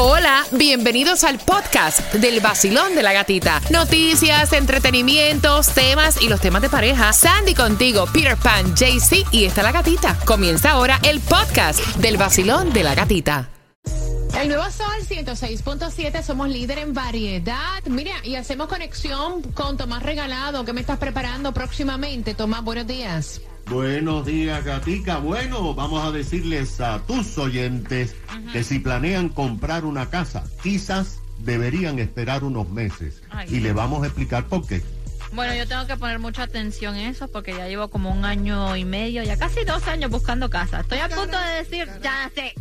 Hola, bienvenidos al podcast del Vacilón de la Gatita. Noticias, entretenimientos, temas y los temas de pareja. Sandy contigo, Peter Pan, JC y está la gatita. Comienza ahora el podcast del Vacilón de la Gatita. El nuevo Sol 106.7, somos líder en variedad. Mira, y hacemos conexión con Tomás Regalado. ¿Qué me estás preparando próximamente? Tomás, buenos días. Buenos días, Gatica. Bueno, vamos a decirles a tus oyentes que si planean comprar una casa, quizás deberían esperar unos meses. Y le vamos a explicar por qué. Bueno, yo tengo que poner mucha atención en eso porque ya llevo como 1 año y medio, ya casi 2 años buscando casa. Estoy a punto de decir, ya sé.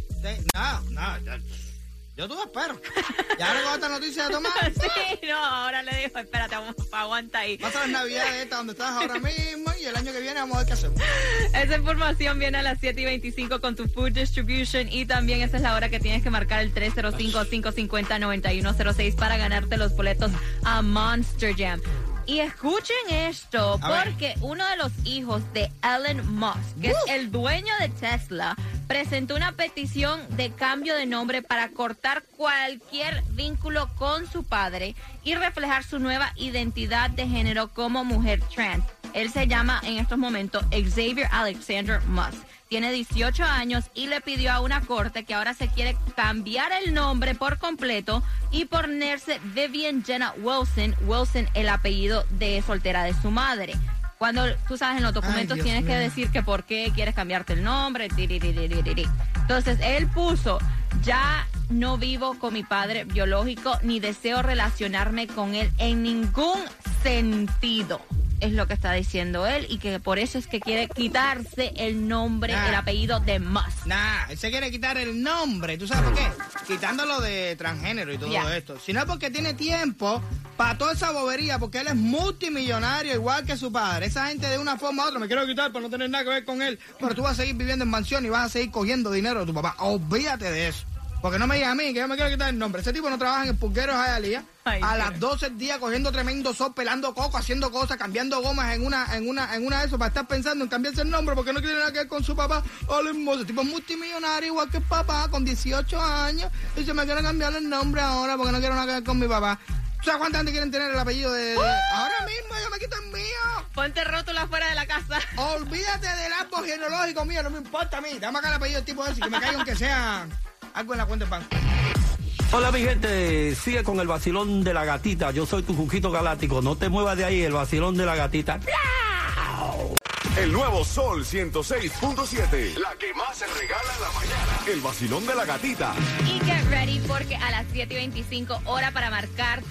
Yo tuve espero. ¿Ya recogí esta noticia de Tomás? Sí, no, ahora le digo, espérate, aguanta ahí. Vas a las navidades esta donde estás ahora mismo y el año que viene vamos a ver qué hacemos. Esa información viene a las 7:25 con tu Food Distribution y también esa es la hora que tienes que marcar el 305-550-9106 para ganarte los boletos a Monster Jam. Y escuchen esto, porque uno de los hijos de Elon Musk, que es el dueño de Tesla, presentó una petición de cambio de nombre para cortar cualquier vínculo con su padre y reflejar su nueva identidad de género como mujer trans. Él se llama en estos momentos Xavier Alexander Musk. Tiene 18 años y le pidió a una corte que ahora se quiere cambiar el nombre por completo y ponerse Vivian Jenna Wilson, el apellido de soltera de su madre. Cuando tú sabes en los documentos tienes que decir que por qué quieres cambiarte el nombre. Entonces él puso, ya no vivo con mi padre biológico ni deseo relacionarme con él en ningún sentido. Es lo que está diciendo él y que por eso es que quiere quitarse el nombre, el apellido de Musk. Él se quiere quitar el nombre. ¿Tú sabes por qué? Quitándolo de transgénero y todo esto. Sino porque tiene tiempo para toda esa bobería, porque él es multimillonario igual que su padre. Esa gente de una forma u otra me quiero quitar para no tener nada que ver con él. Pero tú vas a seguir viviendo en mansión y vas a seguir cogiendo dinero de tu papá. Olvídate de eso. Porque no me digas a mí que yo me quiero quitar el nombre. Ese tipo no trabaja en el pulguero de Hialeah. A las 12 del día cogiendo tremendo sol, pelando coco, haciendo cosas, cambiando gomas en una de eso para estar pensando en cambiarse el nombre porque no tiene nada que ver con su papá. Ese tipo es multimillonario igual que el papá con 18 años. Y se me quiere cambiar el nombre ahora porque no quiero nada que ver con mi papá. ¿Sabes cuánta gente quieren tener el apellido de... Ahora mismo yo me quito el mío. Ponte rótula fuera de la casa. Olvídate del árbol genealógico mío, no me importa a mí. Dame acá el apellido del tipo ese y que me caiga aunque sea... algo en la cuenta de banco. Hola mi gente, sigue con el vacilón de la gatita. Yo soy tu Juquito Galáctico. No te muevas de ahí, el vacilón de la gatita. El nuevo Sol 106.7. La que más se regala en la mañana. El vacilón de la gatita. Y get ready porque a las 7:25 hora para marcar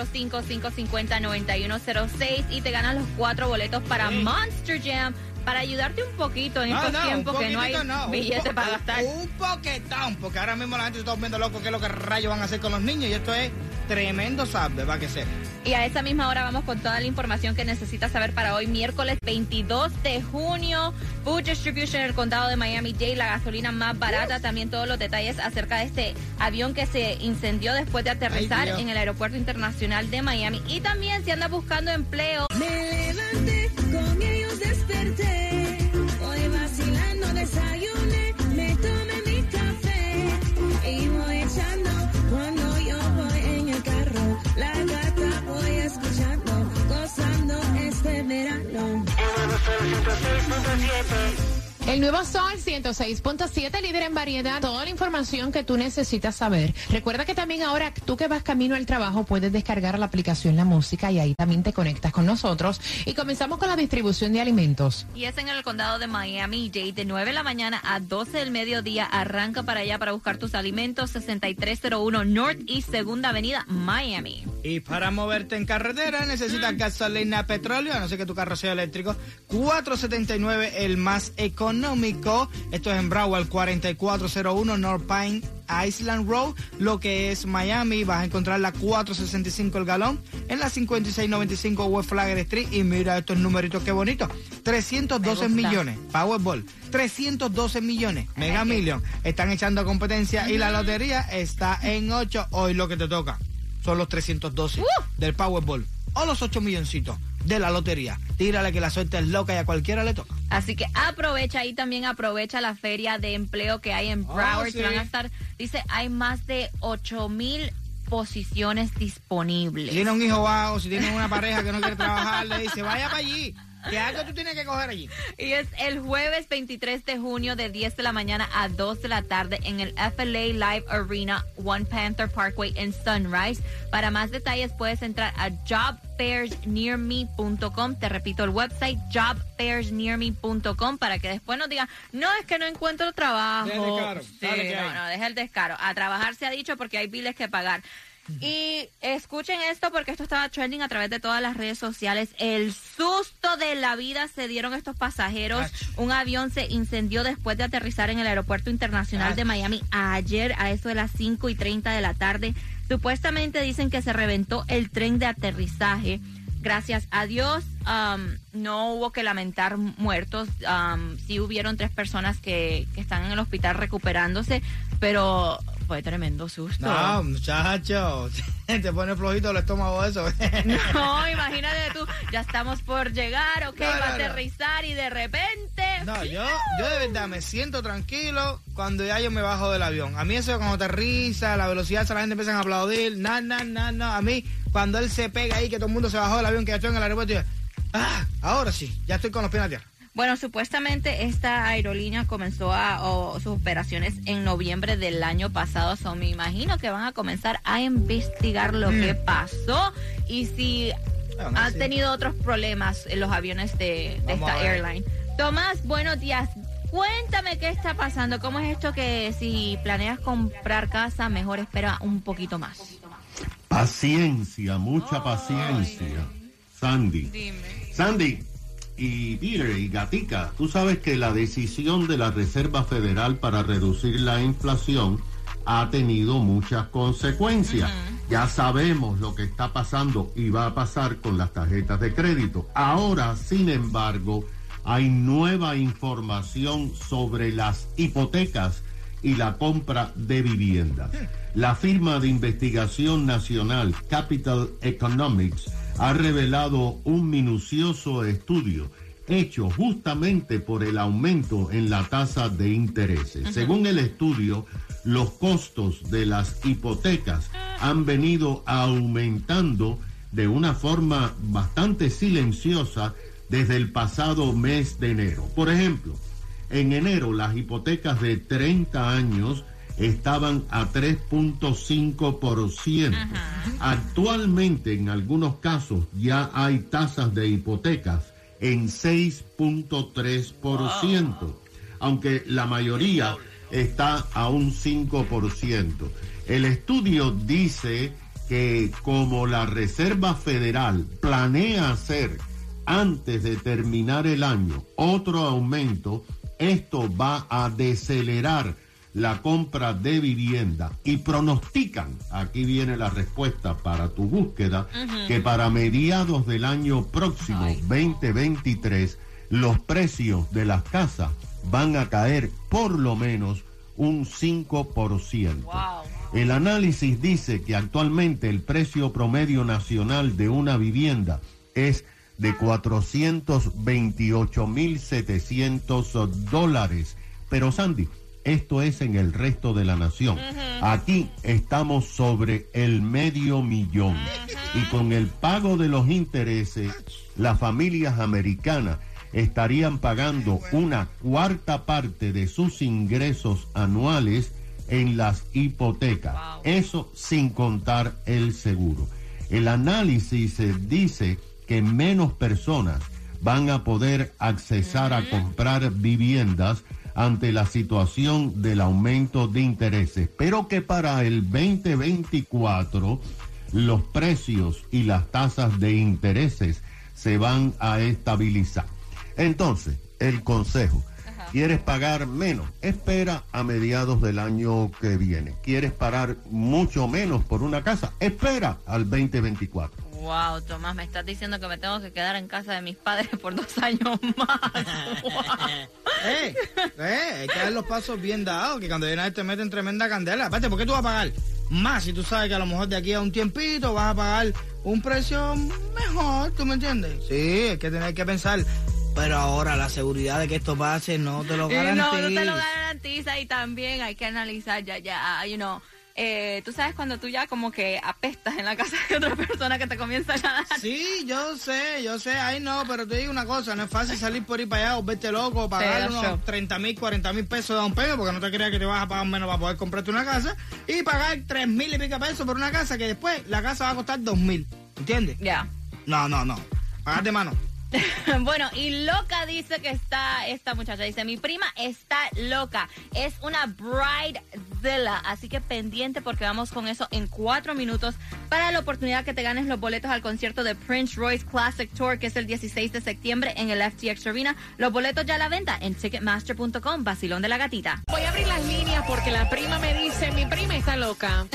305-550-9106 y te ganas los 4 boletos para Monster Jam. Para ayudarte un poquito en estos tiempos que no hay billetes para gastar. Un poquetón, porque ahora mismo la gente se está volviendo loco qué es lo que rayos van a hacer con los niños y esto es tremendo salve, va que ser. Y a esa misma hora vamos con toda la información que necesitas saber para hoy, miércoles 22 de junio. Food Distribution en el condado de Miami-Dade, la gasolina más barata. También todos los detalles acerca de este avión que se incendió después de aterrizar en el aeropuerto internacional de Miami. Y también si andas buscando empleo. Me levanté, con ellos desperté. Hoy vacilando desayuné, me tomé mi café y voy echando cuando yo voy en el carro. La gata voy escuchando, gozando este verano. El nuevo Sol 106.7, líder en variedad. Toda la información que tú necesitas saber. Recuerda que también ahora tú que vas camino al trabajo puedes descargar la aplicación La Música y ahí también te conectas con nosotros. Y comenzamos con la distribución de alimentos. Y es en el condado de Miami-Dade, de 9 de la mañana a 12 del mediodía. Arranca para allá para buscar tus alimentos. 6301 North East Segunda Avenida, Miami. Y para moverte en carretera necesitas gasolina, petróleo, a no ser que tu carro sea eléctrico. $4.79 el más económico. Esto es en Broward, 4401 North Pine Island Road, lo que es Miami. Vas a encontrar la $4.65 el galón en la 5695 West Flagler Street. Y mira estos numeritos, qué bonito. 312 millones, Powerball, 312 millones, Mega Million. Están echando competencia y la lotería está en 8. Hoy lo que te toca son los 312 del Powerball o los 8 milloncitos de la lotería. Tírale que la suerte es loca y a cualquiera le toca. Así que aprovecha y también aprovecha la feria de empleo que hay en Broward. Sí. Van a estar, dice, hay más de 8,000 posiciones disponibles. Si tienes un hijo vago, si tienes una pareja que no quiere trabajar, le dice, vaya para allí. Que algo tú tienes que coger allí. Y es el jueves 23 de junio de 10 de la mañana a 2 de la tarde en el FLA Live Arena, One Panther Parkway en Sunrise. Para más detalles puedes entrar a jobfairsnearme.com. Te repito el website, jobfairsnearme.com, para que después nos digan, no, es que no encuentro trabajo. Deja el descaro. Sí, Dale que hay. no, deja el descaro. A trabajar se ha dicho porque hay biles que pagar. Y escuchen esto porque esto estaba trending a través de todas las redes sociales. El susto de la vida se dieron estos pasajeros. Un avión se incendió después de aterrizar en el Aeropuerto Internacional de Miami ayer a eso de las 5:30 de la tarde. Supuestamente dicen que se reventó el tren de aterrizaje. Gracias a Dios no hubo que lamentar muertos. Sí hubieron 3 personas que están en el hospital recuperándose, pero fue tremendo susto. No, muchacho, te pone flojito el estómago eso. No, imagínate tú, ya estamos por llegar, ok, No, va a no. aterrizar y de repente... No, yo de verdad me siento tranquilo cuando ya yo me bajo del avión. A mí eso cuando aterriza, la velocidad, la gente empieza a aplaudir. No. A mí, cuando él se pega ahí, que todo el mundo se bajó del avión, que ya estoy en el aeropuerto, yo, ahora sí, ya estoy con los pies en la tierra. Bueno, supuestamente esta aerolínea comenzó sus operaciones en noviembre del año pasado. Me imagino que van a comenzar a investigar lo que pasó y si han tenido otros problemas en los aviones de esta airline. Tomás, buenos días. Cuéntame qué está pasando. ¿Cómo es esto que si planeas comprar casa, mejor espera un poquito más? Paciencia, mucha paciencia. Sandy. Dime. Sandy y Peter y Gatica, tú sabes que la decisión de la Reserva Federal para reducir la inflación ha tenido muchas consecuencias. Ya sabemos lo que está pasando y va a pasar con las tarjetas de crédito. Ahora, sin embargo, hay nueva información sobre las hipotecas y la compra de viviendas. La firma de investigación nacional Capital Economics ha revelado un minucioso estudio hecho justamente por el aumento en la tasa de intereses. Según el estudio, los costos de las hipotecas han venido aumentando de una forma bastante silenciosa desde el pasado mes de enero. Por ejemplo, en enero las hipotecas de 30 años estaban a 3.5%. Actualmente, en algunos casos, ya hay tasas de hipotecas en 6.3%, aunque la mayoría está a un 5%. El estudio dice que como la Reserva Federal planea hacer antes de terminar el año otro aumento, esto va a decelerar la compra de vivienda y pronostican, aquí viene la respuesta para tu búsqueda, que para mediados del año próximo, 2023, los precios de las casas van a caer por lo menos un 5%. Wow. El análisis dice que actualmente el precio promedio nacional de una vivienda es de $428,700. Pero Sandy, esto es en el resto de la nación. Aquí estamos sobre el $500,000. Y con el pago de los intereses, las familias americanas estarían pagando una cuarta parte de sus ingresos anuales en las hipotecas. Wow. Eso sin contar el seguro. El análisis dice que menos personas van a poder accesar a comprar viviendas ante la situación del aumento de intereses, pero que para el 2024 los precios y las tasas de intereses se van a estabilizar. Entonces, el consejo: ¿quieres pagar menos? Espera a mediados del año que viene. ¿Quieres pagar mucho menos por una casa? Espera al 2024. Wow, Tomás, me estás diciendo que me tengo que quedar en casa de mis padres por 2 años más. Wow. Hay que dar los pasos bien dados, que cuando viene a ver te meten tremenda candela. Aparte, ¿por qué tú vas a pagar más si tú sabes que a lo mejor de aquí a un tiempito vas a pagar un precio mejor? ¿Tú me entiendes? Sí, hay que tener que pensar. Pero ahora la seguridad de que esto pase no te lo garantiza. No te lo garantiza, y también hay que analizar tú sabes cuando tú ya como que apestas en la casa de otra persona que te comienza a dar. Sí, yo sé, ay no, pero te digo una cosa, no es fácil salir por ir para allá o verte loco o pagar unos 30,000, 40,000 pesos de down payment, porque no te creas que te vas a pagar menos para poder comprarte una casa, y pagar 3,000 y pico pesos por una casa que después la casa va a costar 2,000, ¿entiendes? Ya. No, pagar de mano. Bueno, y loca dice que está esta muchacha. Dice, mi prima está loca. Es una bridezilla. Así que pendiente porque vamos con eso en 4 minutos para la oportunidad que te ganes los boletos al concierto de Prince Royce Classic Tour, que es el 16 de septiembre en el FTX Arena. Los boletos ya a la venta en Ticketmaster.com. Vacilón de la gatita. Voy a abrir las líneas porque la prima me dice, mi prima está loca.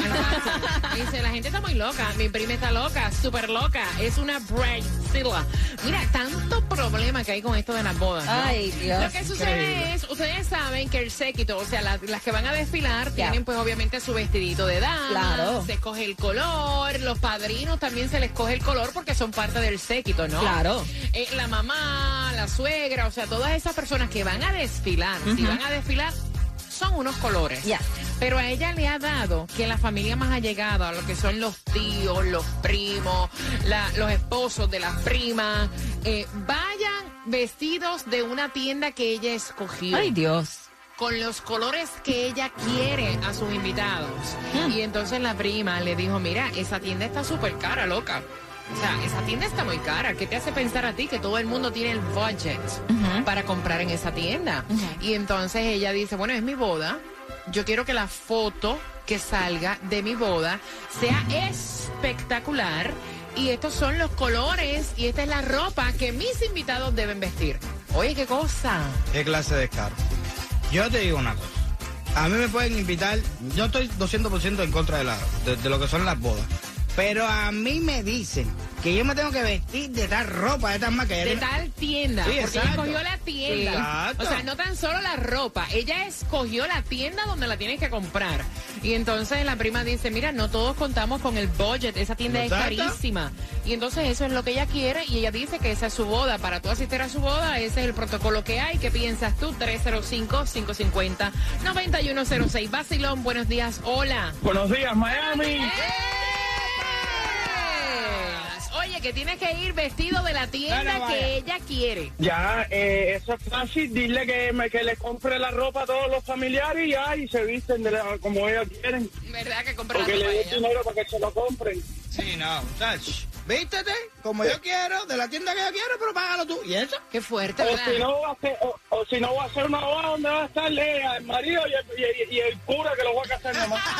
Me dice, la gente está muy loca. Mi prima está loca, súper loca. Es una bridezilla. Mira, tanto problema que hay con esto de las bodas, ¿no? Ay, Dios. Lo que sucede es, ustedes saben que el séquito, o sea, las que van a desfilar, tienen pues obviamente su vestidito de dama. Claro. Se escoge el color, los padrinos también se les escoge el color porque son parte del séquito, ¿no? Claro. La mamá, la suegra, o sea, todas esas personas que van a desfilar, si van a desfilar, son unos colores. Ya. Pero a ella le ha dado que la familia más allegada, lo que son los tíos, los primos, los esposos de las primas, vayan vestidos de una tienda que ella escogió. Ay, Dios. Con los colores que ella quiere a sus invitados. Y entonces la prima le dijo, mira, esa tienda está súper cara, loca. O sea, esa tienda está muy cara. ¿Qué te hace pensar a ti que todo el mundo tiene el budget para comprar en esa tienda? Y entonces ella dice, bueno, es mi boda. Yo quiero que la foto que salga de mi boda sea espectacular. Y estos son los colores y esta es la ropa que mis invitados deben vestir. Oye, ¿qué cosa? ¿Qué clase de descaro? Yo te digo una cosa. A mí me pueden invitar. Yo estoy 200% en contra de lo que son las bodas. Pero a mí me dicen que yo me tengo que vestir de tal ropa, de tal marca. De tal tienda. Sí, porque ella escogió la tienda. Exacto. O sea, no tan solo la ropa. Ella escogió la tienda donde la tienes que comprar. Y entonces la prima dice, mira, no todos contamos con el budget. Esa tienda es carísima. Y entonces eso es lo que ella quiere. Y ella dice que esa es su boda. Para tú asistir a su boda, ese es el protocolo que hay. ¿Qué piensas tú? 305-550-9106. Vacilón, buenos días. Hola. Buenos días, Miami. Oye, que tienes que ir vestido de la tienda que ella quiere. Ya, eso es fácil. Dile que le compre la ropa a todos los familiares y ya, y se visten como ellos quieren. ¿Verdad? Que compre la Porque ropa le a dé ella. dinero para que se lo compren. Sí, no, muchachos. Vístete como yo quiero, de la tienda que yo quiero, pero págalo tú. ¿Y eso? Qué fuerte, O ¿verdad? si no va a ser una boda donde va a estar el marido y el cura que lo va a casar nada más.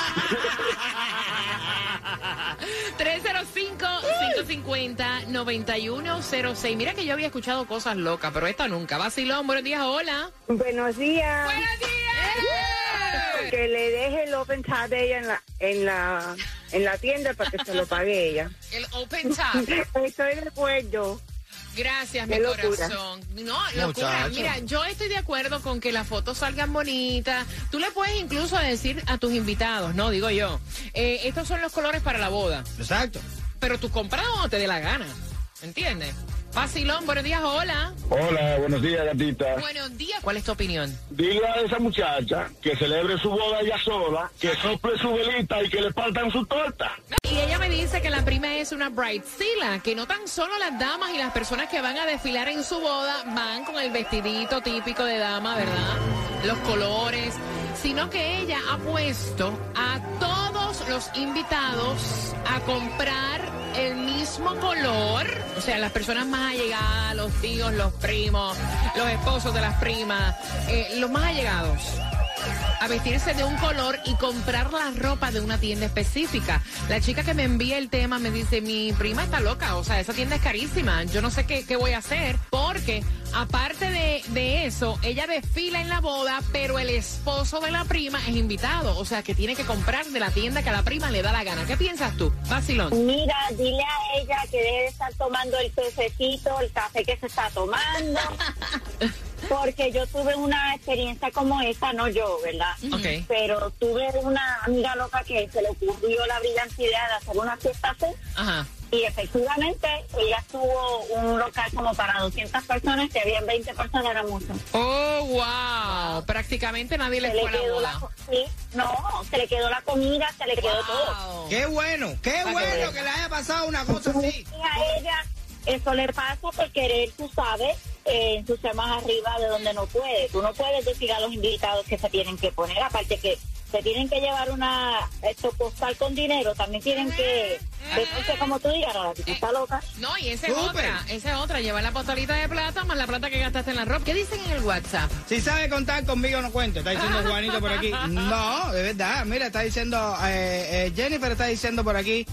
305-550-9106. Mira que yo había escuchado cosas locas, pero esta nunca. Vacilón, buenos días, hola. Buenos días. ¡Buenos días! Que le deje el open tab de ella en la tienda para que se lo pague ella. El open tab. Estoy de acuerdo. Gracias, Qué mi locura. corazón. No, locura. Muchacho. Mira, yo estoy de acuerdo con que las fotos salgan bonitas. Tú le puedes incluso decir a tus invitados, no, digo yo, estos son los colores para la boda. Exacto. Pero tú compras donde te dé la gana. ¿Entiendes? Vacilón, buenos días, hola. Hola, buenos días, gatita. Buenos días. ¿Cuál es tu opinión? Dile a esa muchacha que celebre su boda ella sola, que sople su velita y que le partan su torta. Y ella me dice que la prima es una bridezilla, que no tan solo las damas y las personas que van a desfilar en su boda van con el vestidito típico de dama, ¿verdad? Los colores, sino que ella ha puesto a todos los invitados a comprar el mismo color, o sea, las personas más allegadas, los tíos, los primos, los esposos de las primas, los más allegados, a vestirse de un color y comprar la ropa de una tienda específica. La chica que me envía el tema me dice, mi prima está loca, o sea, esa tienda es carísima, yo no sé qué voy a hacer, porque aparte de eso, ella desfila en la boda, pero el esposo de la prima es invitado, o sea, que tiene que comprar de la tienda que a la prima le da la gana. ¿Qué piensas tú, Vacilón? Mira, dile a ella que debe de estar tomando el tececito, el café que se está tomando. Porque yo tuve una experiencia como esa, no yo, ¿verdad? Ok. Pero tuve una amiga loca que se le ocurrió la brillante idea de hacer una fiesta así. Ajá. Y efectivamente, ella tuvo un local como para 200 personas, que habían 20 personas, era mucho. Oh, wow. Prácticamente nadie le fue a la boda. Sí, no, se le quedó la comida, se le quedó todo. Qué bueno que le haya pasado una cosa así. Y a ella eso le pasa por querer, tú sabes, ensuciar más arriba de donde no puede. Tú no puedes decir a los invitados que se tienen que poner, aparte que se tienen que llevar una postal con dinero, también tienen que, entonces como tú digas, la que está loca. No, y esa es otra, llevar la postalita de plata más la plata que gastaste en la ropa. ¿Qué dicen en el WhatsApp? Si sabe contar conmigo no cuento, está diciendo Juanito por aquí. No, de verdad, mira, está diciendo, Jennifer está diciendo por aquí,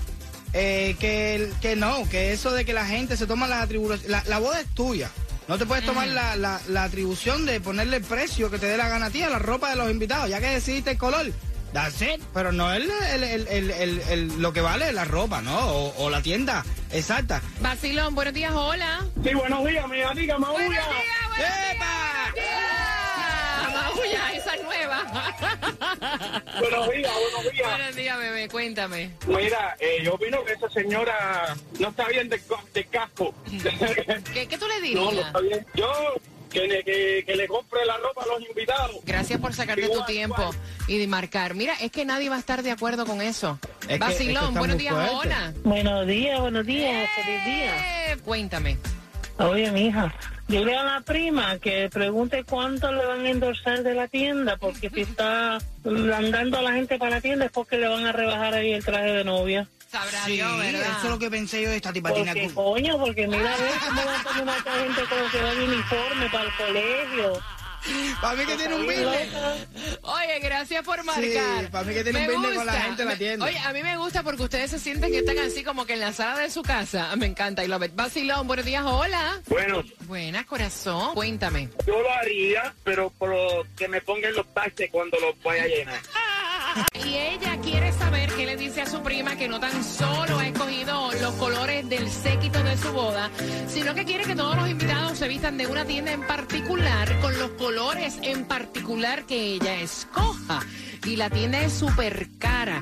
que no, que eso de que la gente se toma las atribuciones, la boda es tuya. No te puedes tomar la atribución de ponerle el precio que te dé la gana a ti a la ropa de los invitados, ya que decidiste el color. That's it. Pero no es lo que vale la ropa, ¿no? O la tienda exacta. Vacilón, buenos días, hola. Sí, buenos días, mi amiga Maulla. Buenos días, ¡Epa! Maulla, esa es nueva. Buenos días. Buenos días, bebé, cuéntame. Mira, yo opino que esa señora no está bien de casco. ¿Qué tú le dirías? No está bien. Yo, que le compre la ropa a los invitados. Gracias por sacarte tu tiempo y de marcar. Mira, es que nadie va a estar de acuerdo con eso. Vacilón, buenos días, hola. Buenos días, feliz día. Cuéntame. Oye, mija, yo le a la prima que pregunte cuánto le van a endosar de la tienda, porque si está andando a la gente para la tienda es porque le van a rebajar ahí el traje de novia. Sabrá Sí, Dios, ¿verdad? eso es lo que pensé yo de esta tipatina. Porque, coño, porque mira, a ver cómo va a poner mucha gente como que va de uniforme para el colegio. Para mí que tiene un business. Oye, gracias por marcar. Sí, para mí que tiene un business con la gente en la tienda. Oye, a mí me gusta porque ustedes se sienten que están así como que en la sala de su casa. Me encanta, y lo ves. Vacilón, buenos días, hola. Bueno, Buenas, corazón. Cuéntame. yo lo haría, pero por lo que me pongan los taxes cuando los vaya a llenar. Y ella quiere saber qué le dice a su prima que no tan solo ha escogido los colores del séquito de su boda, sino que quiere que todos los invitados se vistan de una tienda en particular con los colores en particular que ella escoja. Y la tienda es súper cara.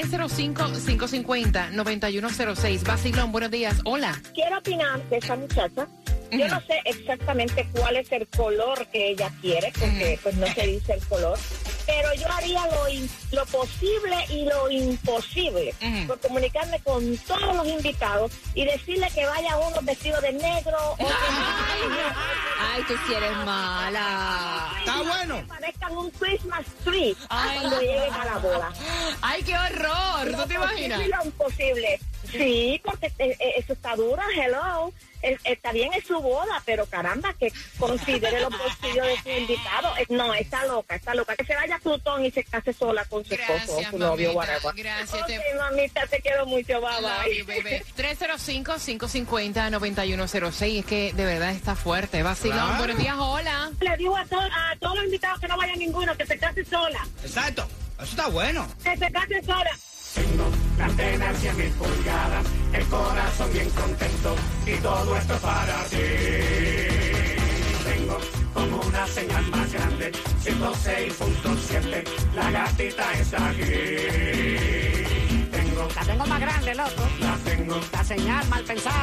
305-550-9106. Vacilón, buenos días. Hola. Quiero opinar de esa muchacha. Yo no sé exactamente cuál es el color que ella quiere, porque pues no se dice el color, pero yo haría lo posible y lo imposible por comunicarme con todos los invitados y decirle que vaya uno vestido de negro o Ay, tú sí eres mala. Está bueno. que parezcan un Christmas tree cuando lleguen a la boda. ¡Ay, qué horror! ¿Tú te imaginas? Es lo imposible. Sí, porque eso está dura, hello. Está bien, es su boda, pero caramba, que considere los bolsillos de su invitado. No, está loca. Que se vaya a Plutón y se case sola con su esposo o su novio, whatever. Gracias. Ok, mamita, te quiero mucho, bye bye. Bebé. 305-550-9106. Es que de verdad está fuerte. Vacilón, Claro. buenos días, hola. Le digo a todos los invitados que no vayan ninguno, que se case sola. Exacto. Eso está bueno. Que se case sola. La antena 100.000 pulgadas, el corazón bien contento y todo esto para ti. Tengo como una señal más grande, 106.7, la gatita está aquí. La tengo más grande, loco. La tengo. La señal mal pensada.